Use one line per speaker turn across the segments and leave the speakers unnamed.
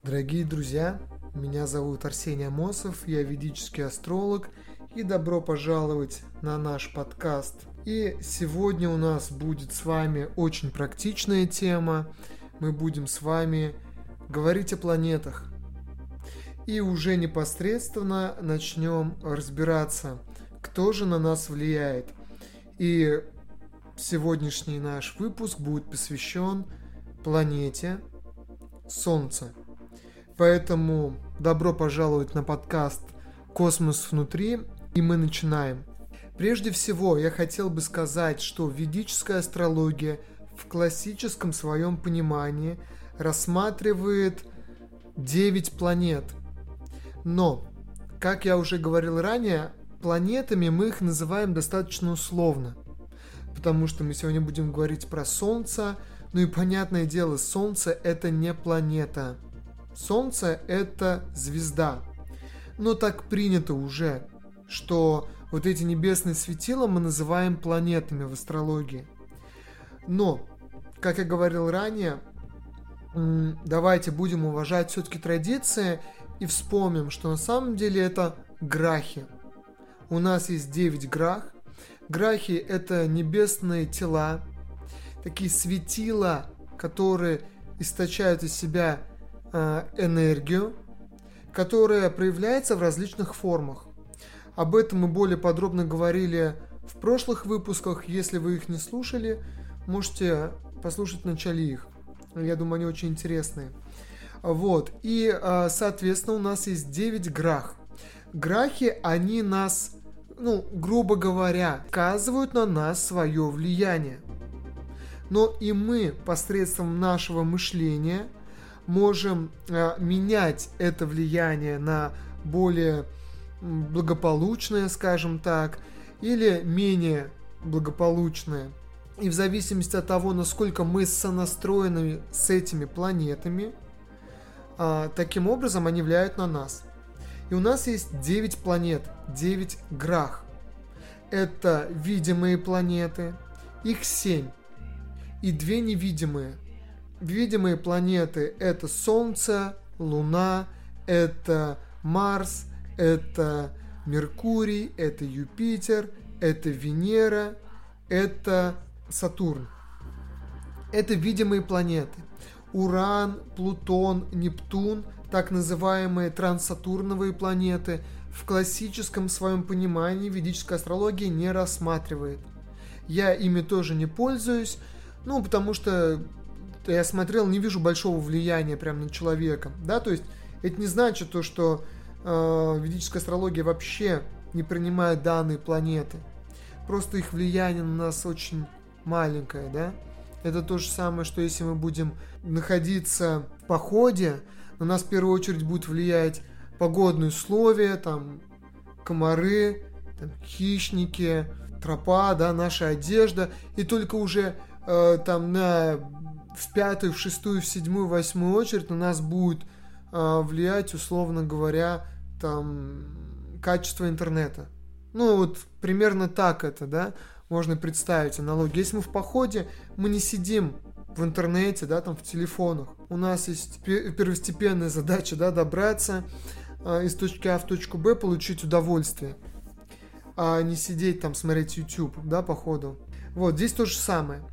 Дорогие друзья, меня зовут Арсений Амосов, я ведический астролог, и добро пожаловать на наш подкаст. И сегодня у нас будет с вами очень практичная тема. Мы будем с вами говорить о планетах. И уже непосредственно начнем разбираться, кто же на нас влияет. И сегодняшний наш выпуск будет посвящен планете Солнце. Поэтому добро пожаловать на подкаст «Космос внутри», и мы начинаем. Прежде всего, я хотел бы сказать, что ведическая астрология в классическом своем понимании рассматривает 9 планет. Но, как я уже говорил ранее, планетами мы их называем достаточно условно, потому что мы сегодня будем говорить про Солнце, ну и понятное дело, Солнце это не планета. Солнце это звезда. Но так принято уже, что вот эти небесные светила мы называем планетами в астрологии. Но, как я говорил ранее, давайте будем уважать все-таки традиции и вспомним, что на самом деле это грахи. У нас есть 9 грах. Грахи это небесные тела, такие светила, которые источают из себя энергию, которая проявляется в различных формах. Об этом мы более подробно говорили в прошлых выпусках. Если вы их не слушали, можете послушать в начале их. Я думаю, они очень интересные. Вот. И, соответственно, у нас есть 9 грах. Грахи, они нас, грубо говоря, оказывают на нас свое влияние. Но и мы посредством нашего мышления можем менять это влияние на более благополучное, скажем так, или менее благополучное. И в зависимости от того, насколько мы сонастроены с этими планетами, таким образом они влияют на нас. И у нас есть 9 планет, 9 грах. Это видимые планеты, их 7, и 2 невидимые. Видимые планеты это Солнце, Луна, это Марс, это Меркурий, это Юпитер, это Венера, это Сатурн. Это видимые планеты. Уран, Плутон, Нептун, так называемые транссатурновые планеты, в классическом своем понимании ведическая астрология не рассматривает. Я ими тоже не пользуюсь, потому что я смотрел, не вижу большого влияния прям на человека, да, то есть это не значит то, что ведическая астрология вообще не принимает данные планеты, просто их влияние на нас очень маленькое, да, это то же самое, что если мы будем находиться в походе, на нас в первую очередь будут влиять погодные условия, там, комары, там, хищники, тропа, да, наша одежда, и только уже там в пятую, в шестую, в седьмую, в восьмую очередь на нас будет влиять, условно говоря, там, качество интернета. Вот примерно так это, да, можно представить аналогию. Если мы в походе, мы не сидим в интернете, да, там, в телефонах. У нас есть первостепенная задача, да, добраться из точки А в точку Б, получить удовольствие, а не сидеть там, смотреть YouTube, да, по ходу. Вот, здесь то же самое.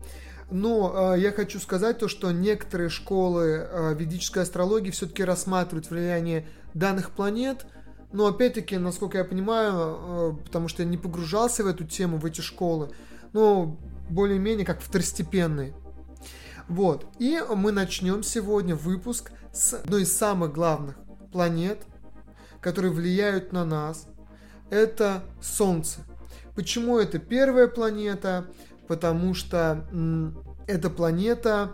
Но я хочу сказать то, что некоторые школы ведической астрологии все-таки рассматривают влияние данных планет, но опять-таки, насколько я понимаю, потому что я не погружался в эту тему, в эти школы, но более-менее как второстепенные. Вот, и мы начнем сегодня выпуск с одной из самых главных планет, которые влияют на нас, это Солнце. Почему это первая планета? Потому что эта планета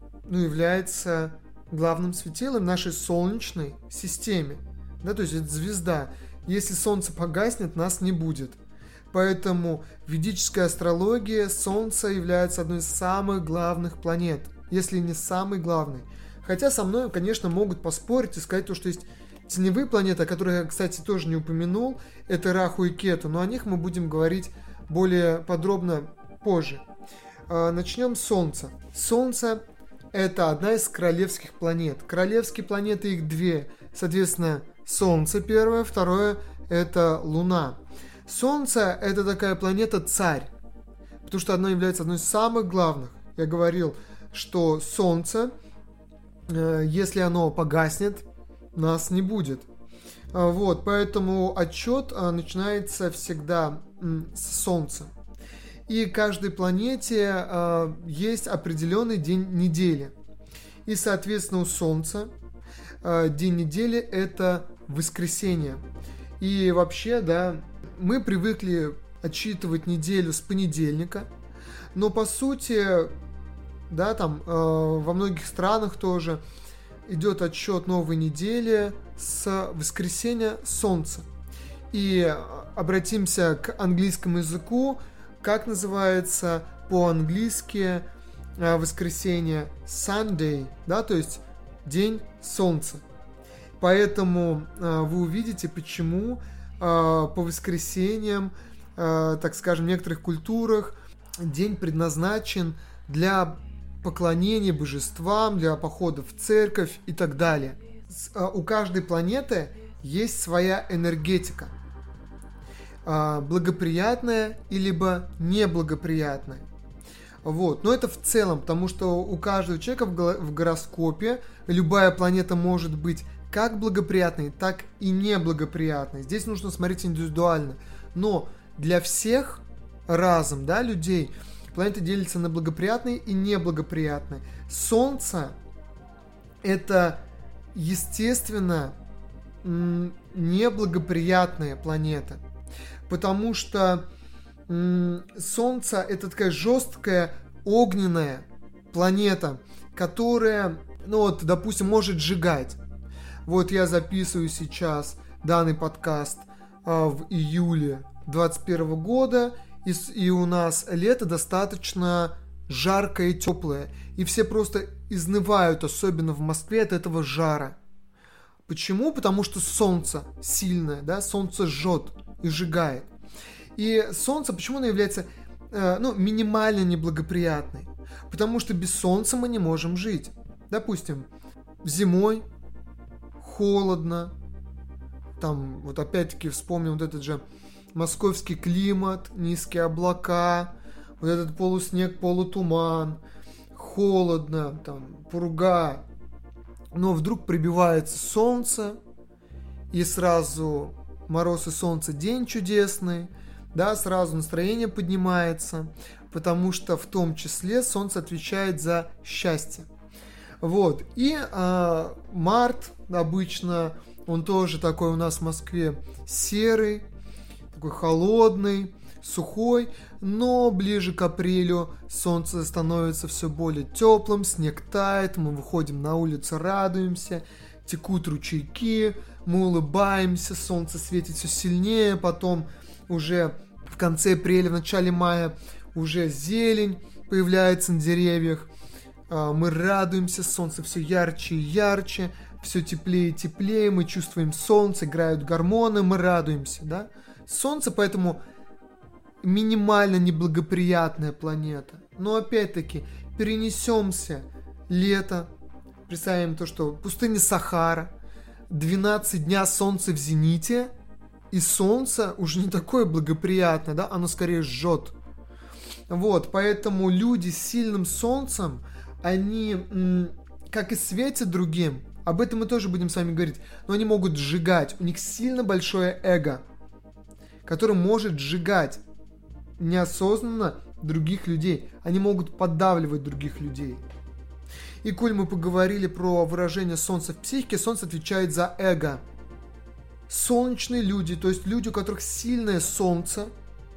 является главным светилом в нашей Солнечной системе. Да, то есть это звезда. Если Солнце погаснет, нас не будет. Поэтому в ведической астрологии Солнце является одной из самых главных планет, если не самой главной. Хотя со мной, конечно, могут поспорить и сказать, что есть теневые планеты, о которых я, кстати, тоже не упомянул. Это Раху и Кету, но о них мы будем говорить более подробно позже. Начнем с Солнца. Солнце это одна из королевских планет. Королевские планеты, их две. Соответственно, Солнце первое, второе это Луна. Солнце это такая планета-царь, потому что она является одной из самых главных. Я говорил, что Солнце, если оно погаснет, нас не будет. Вот, поэтому отчет начинается всегда с Солнца. И каждой планете есть определенный день недели. И, соответственно, у Солнца день недели это воскресенье. И вообще, да, мы привыкли отсчитывать неделю с понедельника, но по сути, да, там во многих странах тоже идет отсчет новой недели с воскресенья Солнца. И обратимся к английскому языку, как называется по-английски воскресенье Sunday, да, то есть день Солнца. Поэтому вы увидите, почему по воскресеньям, так скажем, в некоторых культурах день предназначен для поклонения божествам, для похода в церковь и так далее. У каждой планеты есть своя энергетика, благоприятная и либо неблагоприятная. Вот. Но это в целом, потому что у каждого человека в гороскопе любая планета может быть как благоприятной, так и неблагоприятной. Здесь нужно смотреть индивидуально. Но для всех разом, да, людей планеты делятся на благоприятные и неблагоприятные. Солнце это, естественно, неблагоприятная планета, потому что Солнце это такая жесткая огненная планета, которая, ну вот, допустим, может сжигать. Вот я записываю сейчас данный подкаст в июле 2021 года, и у нас лето достаточно жаркое и теплое, и все просто изнывают, особенно в Москве, от этого жара. Почему? Потому что солнце сильное, да, солнце жжет и сжигает. И солнце, почему оно является минимально неблагоприятной? Потому что без солнца мы не можем жить. Допустим, зимой холодно, там вот опять-таки вспомним вот этот же московский климат, низкие облака, вот этот полуснег, полутуман, холодно, там пурга, но вдруг прибивается солнце, и сразу мороз и солнце, день чудесный, да, сразу настроение поднимается, потому что в том числе солнце отвечает за счастье. Вот, и март обычно, он тоже такой у нас в Москве серый, такой холодный, сухой, но ближе к апрелю солнце становится все более теплым, снег тает, мы выходим на улицу, радуемся, текут ручейки, мы улыбаемся, солнце светит все сильнее, потом уже в конце апреля, в начале мая уже зелень появляется на деревьях, мы радуемся, солнце все ярче и ярче, все теплее и теплее, мы чувствуем солнце, играют гормоны, мы радуемся, да? Солнце, поэтому минимально неблагоприятная планета. Но опять-таки, перенесемся лето, представим то, что пустыня Сахара, 12 дня солнца в зените, и солнце уже не такое благоприятное, да, оно скорее жжет. Вот, поэтому люди с сильным солнцем, они как и светят другим, об этом мы тоже будем с вами говорить, но они могут сжигать, у них сильно большое эго, которое может сжигать неосознанно других людей, они могут поддавливать других людей. И коль мы поговорили про выражение солнца в психике, солнце отвечает за эго. Солнечные люди, то есть люди, у которых сильное солнце,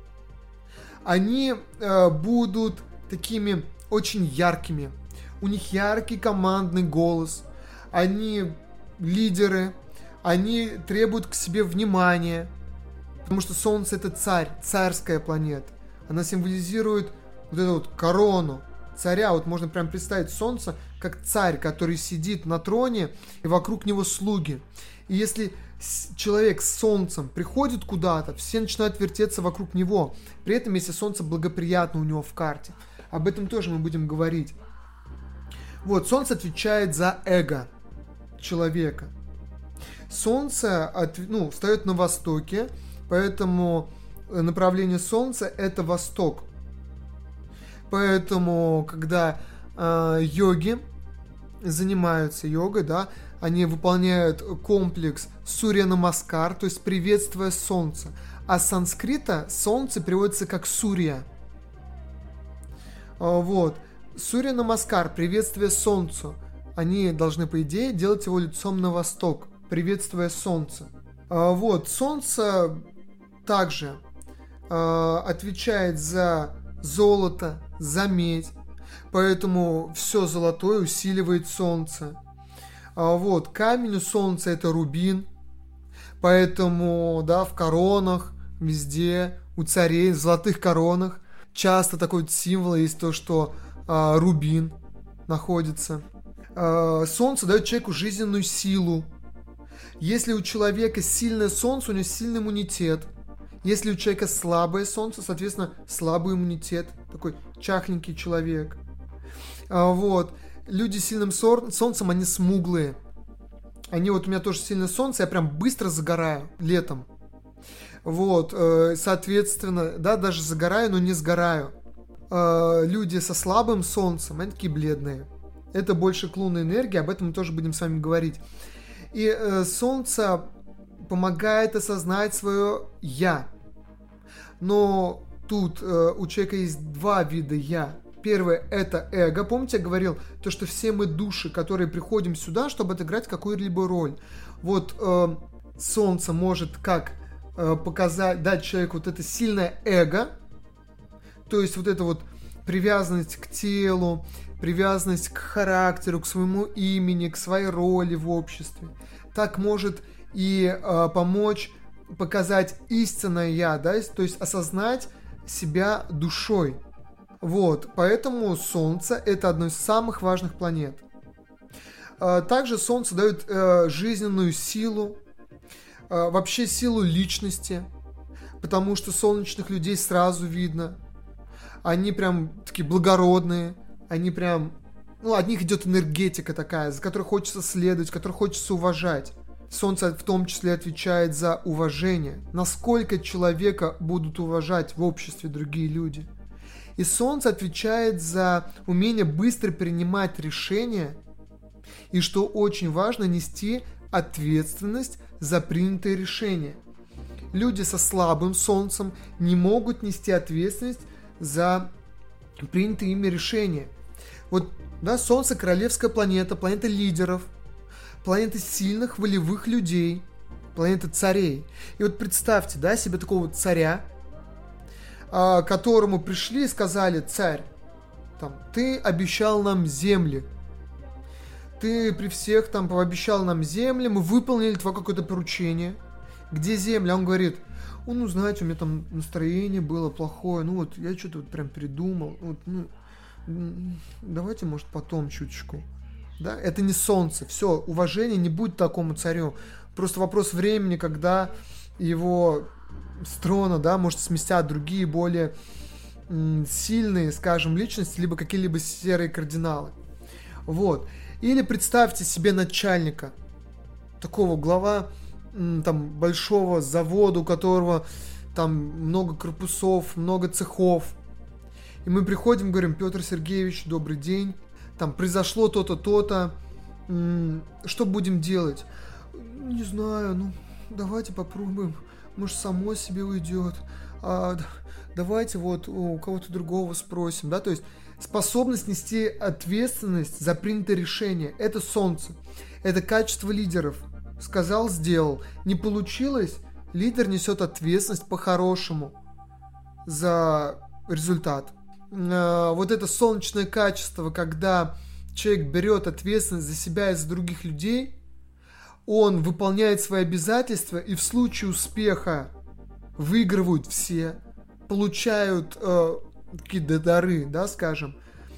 они будут такими очень яркими. У них яркий командный голос, они лидеры, они требуют к себе внимания, потому что Солнце это царь, царская планета. Она символизирует вот эту вот корону царя. Вот можно прям представить Солнце как царь, который сидит на троне, и вокруг него слуги. И если человек с Солнцем приходит куда-то, все начинают вертеться вокруг него. При этом, если Солнце благоприятно у него в карте. Об этом тоже мы будем говорить. Вот, Солнце отвечает за эго человека. Солнце встает на востоке, поэтому направление Солнца – это восток. Поэтому, когда йоги занимаются йогой, да, они выполняют комплекс Сурья Намаскар, то есть приветствие Солнца. А с санскрита Солнце переводится как Сурья. Вот. Сурья Намаскар, приветствие Солнцу. Они должны, по идее, делать его лицом на восток, приветствуя Солнце. Вот. Солнце также отвечает за золото, за медь. Поэтому все золотое усиливает Солнце. Вот. Камень у Солнца – это рубин. Поэтому, да, в коронах, везде, у царей, в золотых коронах часто такой вот символ есть то, что рубин находится. Солнце дает человеку жизненную силу. Если у человека сильное солнце, у него сильный иммунитет. Если у человека слабое солнце, соответственно, слабый иммунитет. Такой чахленький человек. Вот. Люди с сильным солнцем, они смуглые. У меня тоже сильное солнце, я прям быстро загораю летом. Вот. Соответственно, да, даже загораю, но не сгораю. Люди со слабым солнцем, они такие бледные. Это больше к лунной энергии, об этом мы тоже будем с вами говорить. И солнце помогает осознать свое «я». Но тут у человека есть два вида «я». Первое – это эго. Помните, я говорил, то, что все мы души, которые приходим сюда, чтобы отыграть какую-либо роль. Вот солнце может как дать человеку вот это сильное эго, то есть вот эта вот привязанность к телу, привязанность к характеру, к своему имени, к своей роли в обществе. Так может и помочь показать истинное «я», да, то есть осознать себя душой. Вот, поэтому Солнце – это одно из самых важных планет. Также Солнце дает жизненную силу, вообще силу личности, потому что солнечных людей сразу видно. Они прям такие благородные, они прям, от них идет энергетика такая, за которой хочется следовать, которую хочется уважать. Солнце в том числе отвечает за уважение. Насколько человека будут уважать в обществе другие люди. И Солнце отвечает за умение быстро принимать решения и, что очень важно, нести ответственность за принятые решения. Люди со слабым Солнцем не могут нести ответственность за принятые ими решения. Вот, да, Солнце – королевская планета, планета лидеров, планета сильных, волевых людей, планета царей. И вот представьте, да, себе такого вот царя, которому пришли и сказали: царь, ты обещал нам земли, ты при всех пообещал нам земли, мы выполнили твое какое-то поручение. Где земля? Он говорит: знаете, у меня там настроение было плохое, я что-то прям передумал, давайте, может, потом чуточку. Да? Это не Солнце, все, уважение не будет такому царю, просто вопрос времени, когда его с трона, да, может, сместят другие более сильные, скажем, личности, либо какие-либо серые кардиналы. Вот. Или представьте себе начальника, такого глава большого завода, у которого там много корпусов, много цехов. И мы приходим, говорим: Петр Сергеевич, добрый день, произошло то-то, то-то, что будем делать? Не знаю, давайте попробуем. Может, само себе уйдет. Давайте у кого-то другого спросим. Да? То есть способность нести ответственность за принятое решение. Это Солнце. Это качество лидеров. Сказал, сделал. Не получилось, лидер несет ответственность по-хорошему за результат. Вот это солнечное качество, когда человек берет ответственность за себя и за других людей, он выполняет свои обязательства, и в случае успеха выигрывают все, получают какие-то дары, да, скажем,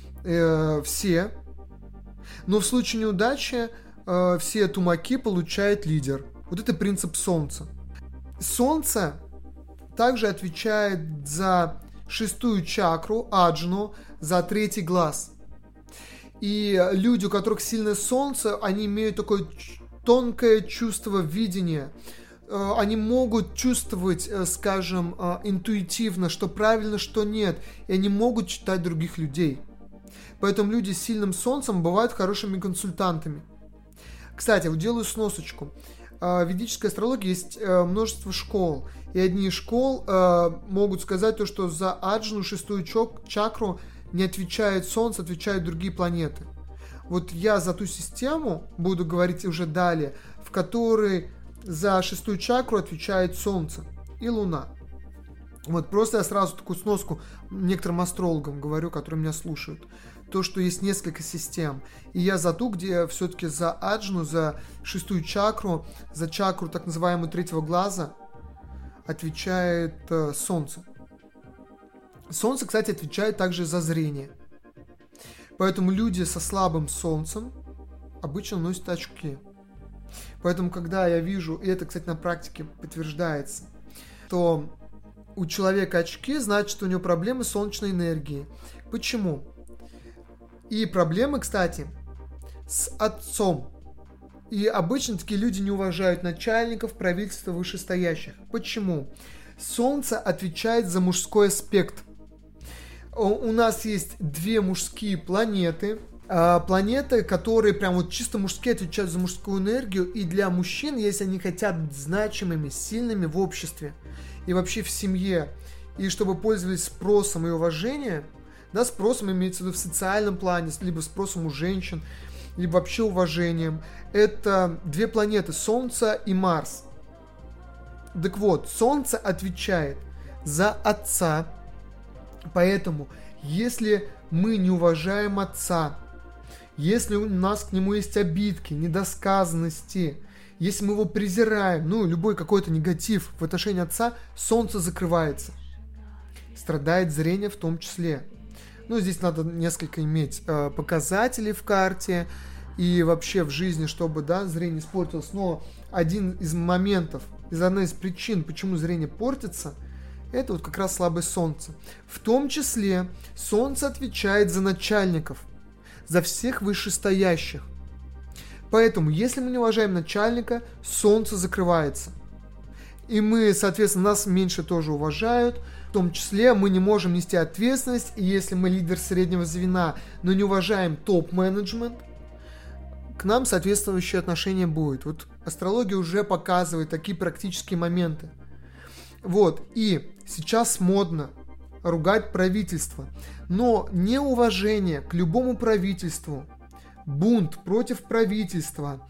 все. Но в случае неудачи все тумаки получает лидер. Вот это принцип Солнца. Солнце также отвечает за 6-ю чакру, аджну, за 3-й глаз. И люди, у которых сильное солнце, они имеют такое тонкое чувство видения. Они могут чувствовать, скажем, интуитивно, что правильно, что нет. И они могут читать других людей. Поэтому люди с сильным солнцем бывают хорошими консультантами. Кстати, вот делаю сносочку. В ведической астрологии есть множество школ. И одни из школ могут сказать то, что за Аджну, шестую чакру, не отвечает Солнце, отвечают другие планеты. Вот я за ту систему буду говорить уже далее, в которой за шестую чакру отвечает Солнце и Луна. Вот просто я сразу такую сноску некоторым астрологам говорю, которые меня слушают. То, что есть несколько систем. И я за ту, где все-таки за Аджну, за шестую чакру, за чакру так называемую третьего глаза отвечает Солнце. Солнце, кстати, отвечает также за зрение. Поэтому люди со слабым солнцем обычно носят очки. Поэтому, когда я вижу, и это, кстати, на практике подтверждается, то у человека очки, значит, у него проблемы с солнечной энергией. Почему? И проблемы, кстати, с отцом. И обычно такие люди не уважают начальников, правительства, вышестоящих. Почему? Солнце отвечает за мужской аспект. У нас есть две мужские планеты. Планеты, которые прям вот чисто мужские, отвечают за мужскую энергию. И для мужчин, если они хотят быть значимыми, сильными в обществе и вообще в семье, и чтобы пользовались спросом и уважением, да, спросом имеется в виду в социальном плане, либо спросом у женщин, либо вообще уважением. Это две планеты, Солнце и Марс. Так вот, Солнце отвечает за отца. Поэтому, если мы не уважаем отца, если у нас к нему есть обидки, недосказанности, если мы его презираем, любой какой-то негатив в отношении отца, Солнце закрывается. Страдает зрение в том числе. Здесь надо несколько иметь показателей в карте и вообще в жизни, чтобы, зрение испортилось. Но один из моментов, одна из причин, почему зрение портится, это вот как раз слабое солнце. В том числе солнце отвечает за начальников, за всех вышестоящих. Поэтому, если мы не уважаем начальника, солнце закрывается. И мы, соответственно, нас меньше тоже уважают. В том числе мы не можем нести ответственность, и если мы лидер среднего звена, но не уважаем топ-менеджмент, к нам соответствующее отношение будет. Вот астрология уже показывает такие практические моменты. Вот, и сейчас модно ругать правительство, но неуважение к любому правительству, бунт против правительства,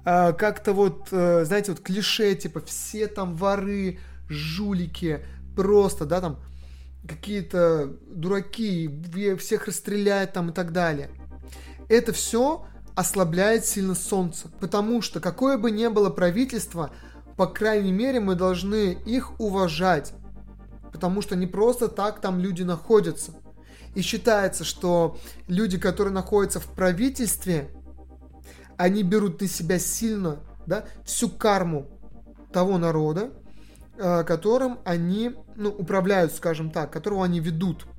как-то знаете, клише, типа все там воры, жулики, просто, там какие-то дураки, всех расстрелять там и так далее. Это все ослабляет сильно солнце, потому что какое бы ни было правительство, по крайней мере, мы должны их уважать, потому что не просто так там люди находятся. И считается, что люди, которые находятся в правительстве, они берут на себя сильно, всю карму того народа, которым они управляют, скажем так, которого они ведут.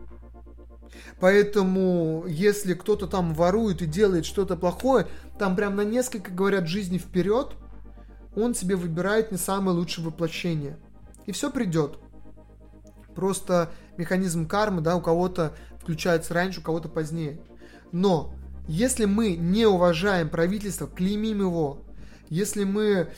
Поэтому, если кто-то там ворует и делает что-то плохое, там прям на несколько, говорят, жизней вперед, он себе выбирает не самое лучшее воплощение. И все придет. Просто механизм кармы, у кого-то включается раньше, у кого-то позднее. Но, если мы не уважаем правительство, клеймим его, если мы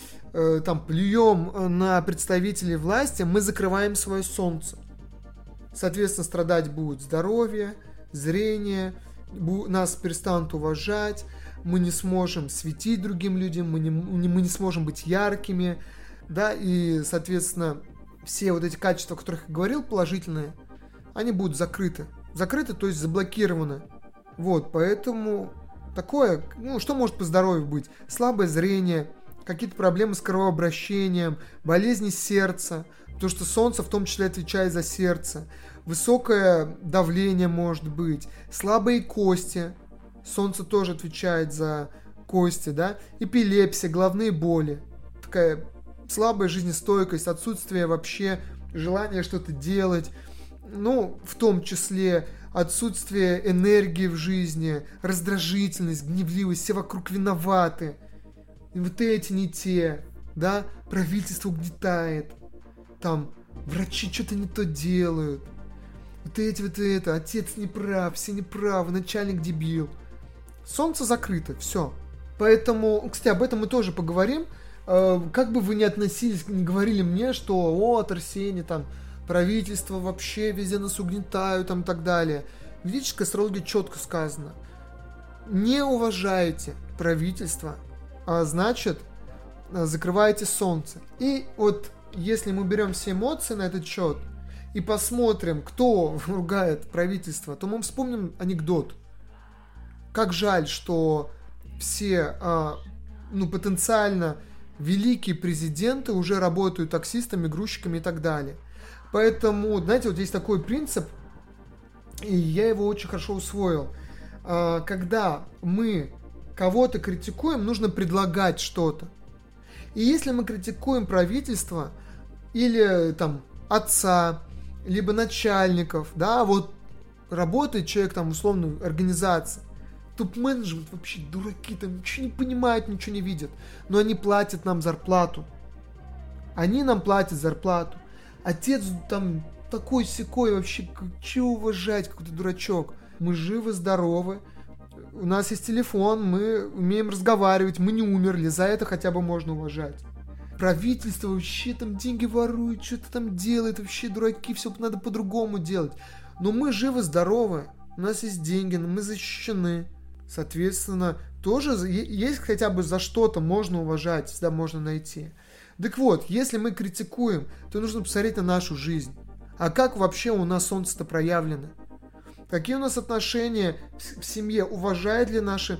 плюем на представителей власти, мы закрываем свое солнце. Соответственно, страдать будет здоровье, зрение, нас перестанут уважать, мы не сможем светить другим людям, мы не сможем быть яркими, и, соответственно, все вот эти качества, о которых я говорил, положительные, они будут закрыты. Закрыты, то есть заблокированы. Вот, поэтому такое, что может по здоровью быть? Слабое зрение, какие-то проблемы с кровообращением, болезни сердца, потому что солнце в том числе отвечает за сердце, высокое давление может быть, слабые кости, солнце тоже отвечает за кости, эпилепсия, головные боли, такая слабая жизнестойкость, отсутствие вообще желания что-то делать, в том числе отсутствие энергии в жизни, раздражительность, гневливость, все вокруг виноваты. И вот эти не те, да, правительство угнетает, там, врачи что-то не то делают, вот это, отец не прав, все неправы, начальник дебил. Солнце закрыто, все. Поэтому, кстати, об этом мы тоже поговорим. Как бы вы ни относились, не говорили мне, что Арсений, там, правительство вообще везде нас угнетают, там, и так далее. В ведической астрологии четко сказано: не уважаете правительство, а значит, закрываете солнце. И вот если мы берем все эмоции на этот счет и посмотрим, кто ругает правительство, то мы вспомним анекдот. Как жаль, что все потенциально великие президенты уже работают таксистами, грузчиками и так далее. Поэтому, знаете, вот есть такой принцип, и я его очень хорошо усвоил. Когда мы кого-то критикуем, нужно предлагать что-то. И если мы критикуем правительство или там отца, либо начальников, да, вот работает человек там условно в организации, топ-менеджмент вообще дураки, там ничего не понимают, ничего не видят, но они платят нам зарплату. Они нам платят зарплату. Отец там такой-сякой, вообще, чего уважать, какой-то дурачок. Мы живы-здоровы, у нас есть телефон, мы умеем разговаривать, мы не умерли, за это хотя бы можно уважать. Правительство вообще там деньги ворует, что-то там делает, вообще дураки, все надо по-другому делать. Но мы живы-здоровы, у нас есть деньги, мы защищены. Соответственно, тоже есть хотя бы за что-то можно уважать, всегда можно найти. Так вот, если мы критикуем, то нужно посмотреть на нашу жизнь. А как вообще у нас солнце-то проявлено? Какие у нас отношения в семье? Уважает ли наша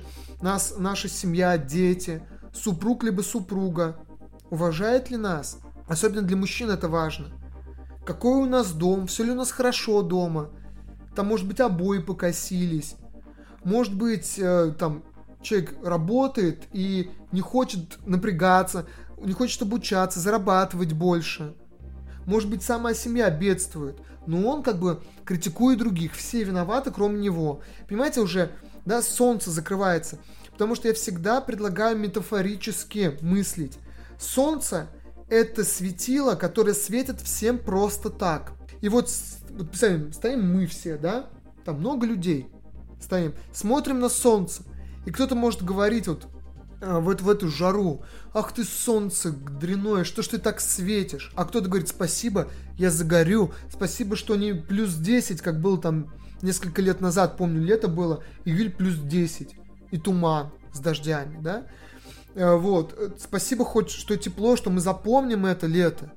семья, дети, супруг либо супруга? Уважает ли нас? Особенно для мужчин это важно. Какой у нас дом? Все ли у нас хорошо дома? Там, может быть, обои покосились. Может быть, там человек работает и не хочет напрягаться, не хочет обучаться, зарабатывать больше. Может быть, сама семья бедствует, но он как бы критикует других. Все виноваты, кроме него. Понимаете, уже, да, солнце закрывается. Потому что я всегда предлагаю метафорически мыслить. Солнце – это светило, которое светит всем просто так. И вот представим, стоим мы все, да, там много людей, стоим, смотрим на солнце. И кто-то может говорить вот в эту жару: ах ты, солнце дряное, что ж ты так светишь? А кто-то говорит: спасибо, я загорю, спасибо, что не плюс 10, как было там несколько лет назад, помню, лето было, июль плюс 10, и туман с дождями, да? Вот, спасибо хоть, что тепло, что мы запомним это лето.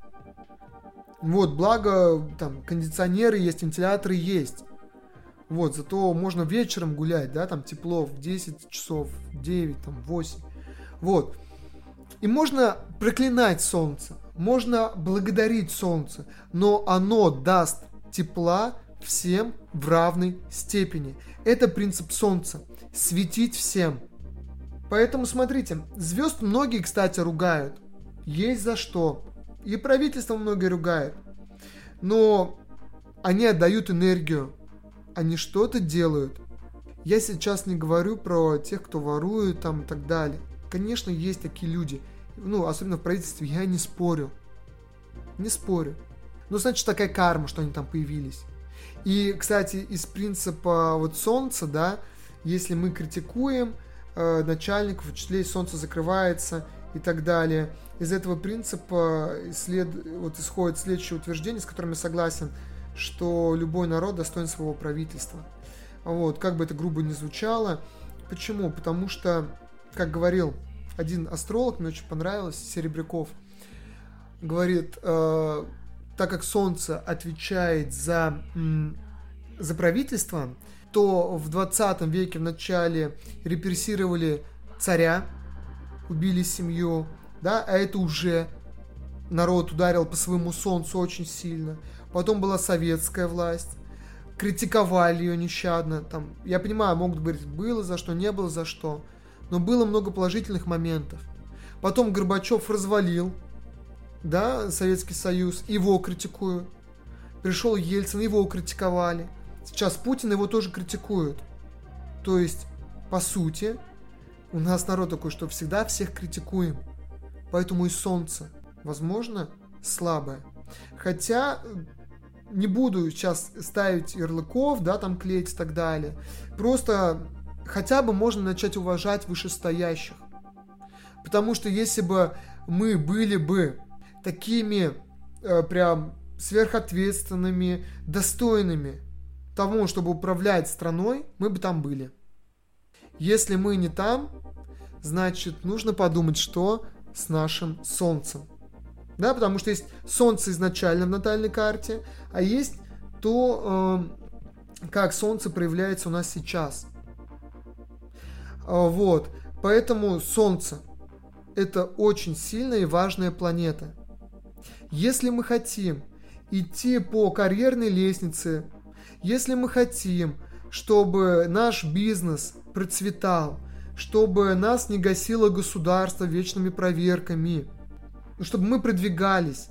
Вот, благо, там, кондиционеры есть, вентиляторы есть. Вот, зато можно вечером гулять, да, там тепло в 10 часов, в 9, там, 8. Вот. И можно проклинать солнце, можно благодарить солнце, но оно даст тепла всем в равной степени. Это принцип солнца. Светить всем. Поэтому смотрите, звезд многие, кстати, ругают. Есть за что. И правительство многие ругают. Но они отдают энергию. Они что-то делают. Я сейчас не говорю про тех, кто ворует там и так далее. Конечно, есть такие люди. Ну, особенно в правительстве, я не спорю. Не спорю. Ну, значит, такая карма, что они там появились. И, кстати, из принципа вот солнца, да, если мы критикуем начальников, учителей, солнце закрывается и так далее. Из этого принципа исходит следующее утверждение, с которым я согласен, что любой народ достоин своего правительства. Вот, как бы это грубо ни звучало. Почему? Потому что, как говорил один астролог, мне очень понравилось, Серебряков, говорит, так как Солнце отвечает за правительство, то в 20 веке в начале репрессировали царя, убили семью, да, а это уже народ ударил по своему солнцу очень сильно. Потом была советская власть, критиковали ее нещадно. Там, я понимаю, могут говорить, было за что, не было за что, но было много положительных моментов. Потом Горбачев развалил, да, Советский Союз, его критикуют. Пришел Ельцин, его критиковали. Сейчас Путин его тоже критикует. То есть, по сути, у нас народ такой, что всегда всех критикуем. Поэтому и солнце, возможно, слабое. Хотя не буду сейчас ставить ярлыков, да, там клеить и так далее. Просто хотя бы можно начать уважать вышестоящих. Потому что если бы мы были бы такими прям сверхответственными, достойными тому, чтобы управлять страной, мы бы там были. Если мы не там, значит, нужно подумать, что с нашим солнцем. Да, потому что есть солнце изначально в натальной карте, а есть то, как солнце проявляется у нас сейчас. Вот. Поэтому солнце – это очень сильная и важная планета. Если мы хотим идти по карьерной лестнице, если мы хотим, чтобы наш бизнес процветал, чтобы нас не гасило государство вечными проверками, чтобы мы продвигались,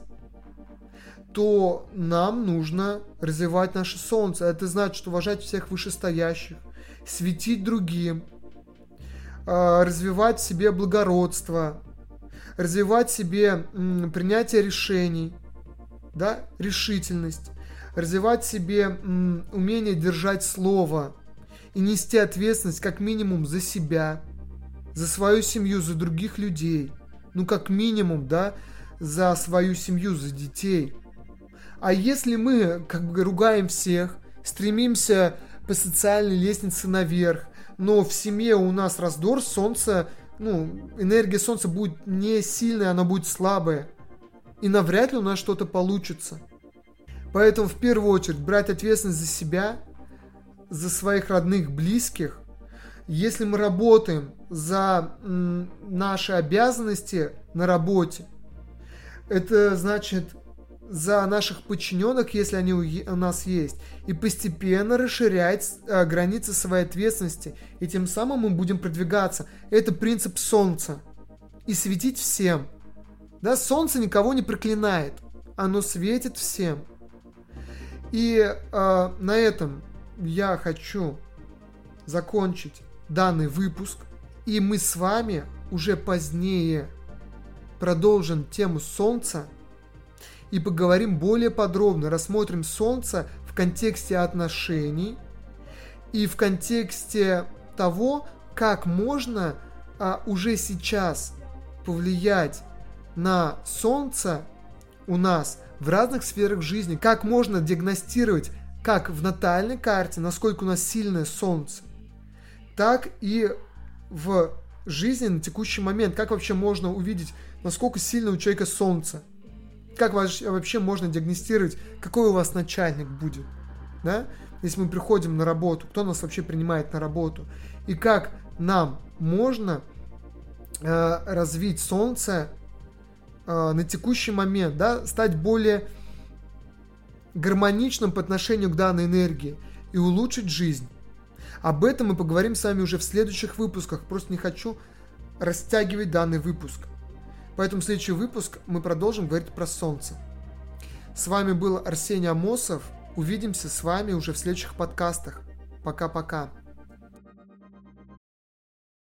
то нам нужно развивать наше солнце. Это значит уважать всех вышестоящих, светить другим, развивать в себе благородство, развивать в себе принятие решений, да, решительность, развивать в себе умение держать слово и нести ответственность как минимум за себя, за свою семью, за других людей. Ну, как минимум, да, за свою семью, за детей. А если мы как бы ругаем всех, стремимся по социальной лестнице наверх, но в семье у нас раздор, солнце, энергия солнца будет не сильная, она будет слабая. И навряд ли у нас что-то получится. Поэтому в первую очередь брать ответственность за себя, за своих родных, близких. Если мы работаем за наши обязанности на работе, это значит за наших подчиненных, если они у нас есть, и постепенно расширять границы своей ответственности, и тем самым мы будем продвигаться. Это принцип солнца. И светить всем. Да, солнце никого не проклинает, оно светит всем. И на этом я хочу закончить данный выпуск, и мы с вами уже позднее продолжим тему солнца и поговорим более подробно, рассмотрим солнце в контексте отношений и в контексте того, как можно уже сейчас повлиять на солнце у нас в разных сферах жизни, как можно диагностировать как в натальной карте, насколько у нас сильное солнце, так и в жизни на текущий момент, как вообще можно увидеть, насколько сильно у человека солнце, как вообще можно диагностировать, какой у вас начальник будет, да? Если мы приходим на работу, кто нас вообще принимает на работу, и как нам можно развить солнце на текущий момент, да, стать более гармоничным по отношению к данной энергии и улучшить жизнь. Об этом мы поговорим с вами уже в следующих выпусках. Просто не хочу растягивать данный выпуск. Поэтому в следующий выпуск мы продолжим говорить про солнце. С вами был Арсений Амосов. Увидимся с вами уже в следующих подкастах. Пока-пока.